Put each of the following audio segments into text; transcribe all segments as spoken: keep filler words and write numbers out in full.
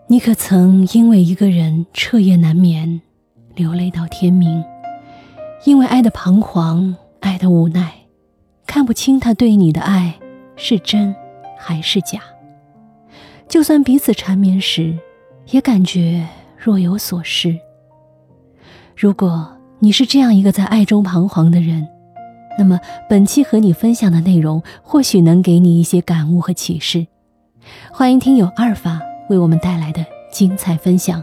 你可曾因为一个人彻夜难眠，流泪到天明？因为爱的彷徨，爱的无奈，看不清他对你的爱是真还是假。就算彼此缠绵时，也感觉若有所失。如果你是这样一个在爱中彷徨的人，那么本期和你分享的内容或许能给你一些感悟和启示。欢迎听友阿尔法为我们带来的精彩分享。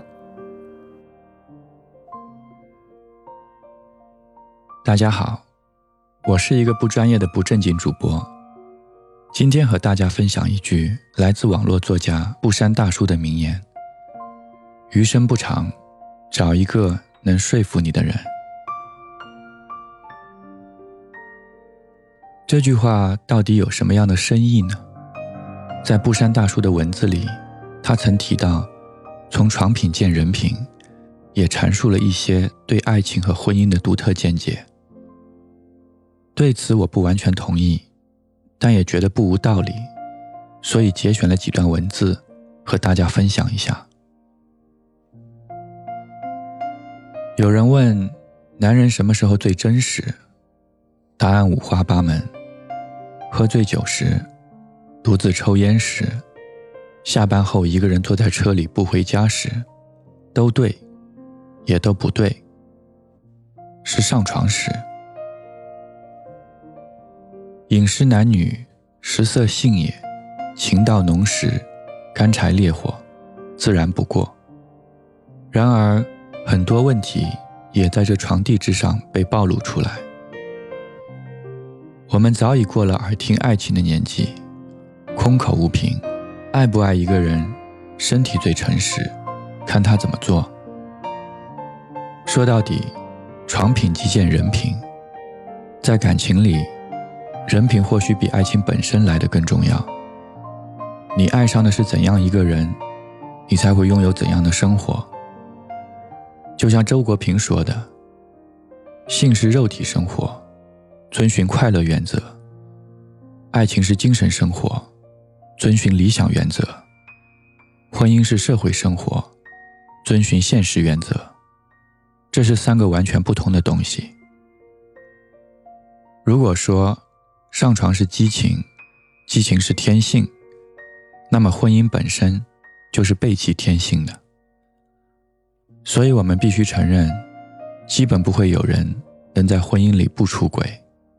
大家好，我是一个不专业的不正经主播。今天和大家分享一句来自网络作家布山大叔的名言：余生不长，找一个能说服你的人。这句话到底有什么样的深意呢？在布山大叔的文字里，他曾提到从床品见人品，也阐述了一些对爱情和婚姻的独特见解。对此我不完全同意，但也觉得不无道理，所以节选了几段文字和大家分享一下。有人问男人什么时候最真实？答案五花八门。喝醉酒时，独自抽烟时，下班后一个人坐在车里不回家时，都对，也都不对。是上床时。饮食男女，食色性也，情到浓时，干柴烈火，自然不过。然而很多问题也在这床地之上被暴露出来。我们早已过了耳听爱情的年纪，空口无凭。爱不爱一个人，身体最诚实，看他怎么做。说到底，床品即见人品。在感情里，人品或许比爱情本身来得更重要。你爱上的是怎样一个人，你才会拥有怎样的生活。就像周国平说的，性是肉体生活，遵循快乐原则；爱情是精神生活，遵循理想原则；婚姻是社会生活，遵循现实原则。这是三个完全不同的东西。如果说上床是激情，激情是天性，那么婚姻本身就是背弃天性的。所以我们必须承认，基本不会有人能在婚姻里不出轨。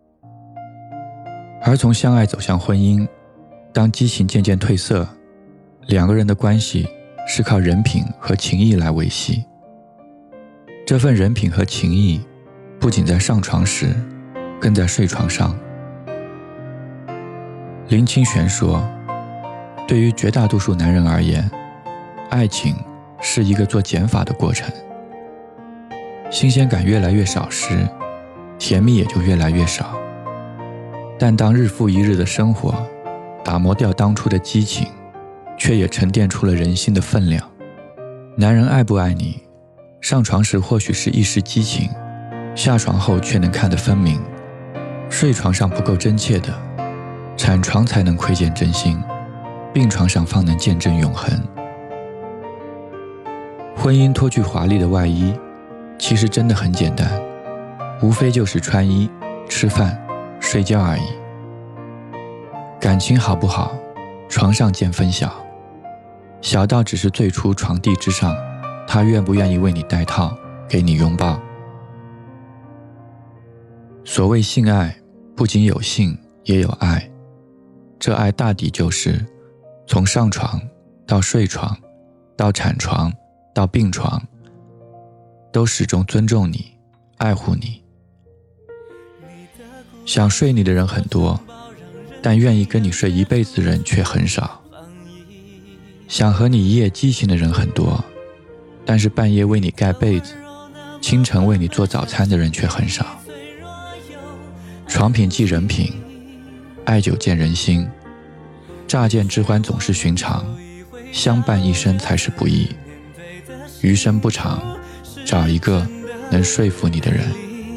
而从相爱走向婚姻，当激情渐渐褪色，两个人的关系是靠人品和情谊来维系。这份人品和情谊不仅在上床时，更在睡床上。林清玄说，对于绝大多数男人而言，爱情是一个做减法的过程。新鲜感越来越少时，甜蜜也就越来越少。但当日复一日的生活打磨掉当初的激情，却也沉淀出了人心的分量。男人爱不爱你，上床时或许是一时激情，下床后却能看得分明。睡床上不够真切的，产床才能窥见真心，病床上方能见证永恒。婚姻脱去华丽的外衣，其实真的很简单，无非就是穿衣、吃饭、睡觉而已。感情好不好，床上见分晓，小到只是最初床地之上，他愿不愿意为你戴套，给你拥抱。所谓性爱，不仅有性，也有爱。这爱大抵就是从上床到睡床，到产床，到病床，都始终尊重你，爱护你。想睡你的人很多，但愿意跟你睡一辈子的人却很少。想和你一夜激情的人很多，但是半夜为你盖被子，清晨为你做早餐的人却很少。床品即人品，爱久见人心。乍见之欢总是寻常，相伴一生才是不易。余生不长，找一个能说服你的人。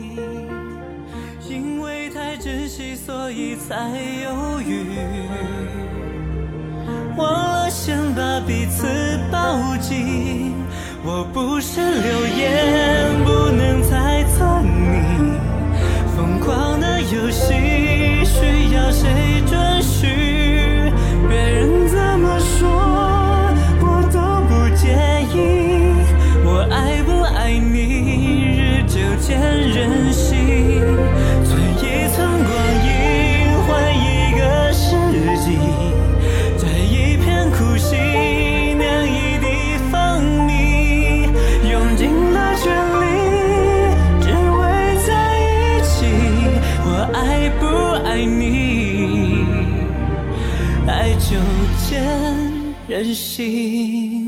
因为太珍惜，所以才犹豫，忘了先把彼此抱紧。我不是流言，不能猜测你疯狂的游戏需要谁准许。别人怎么说我都不介意，我爱不爱你日久见人心。存一寸光阴换一个世纪，对一片苦心酿一滴蜂蜜，用尽了全力只为在一起。我爱不爱你，爱就见人心。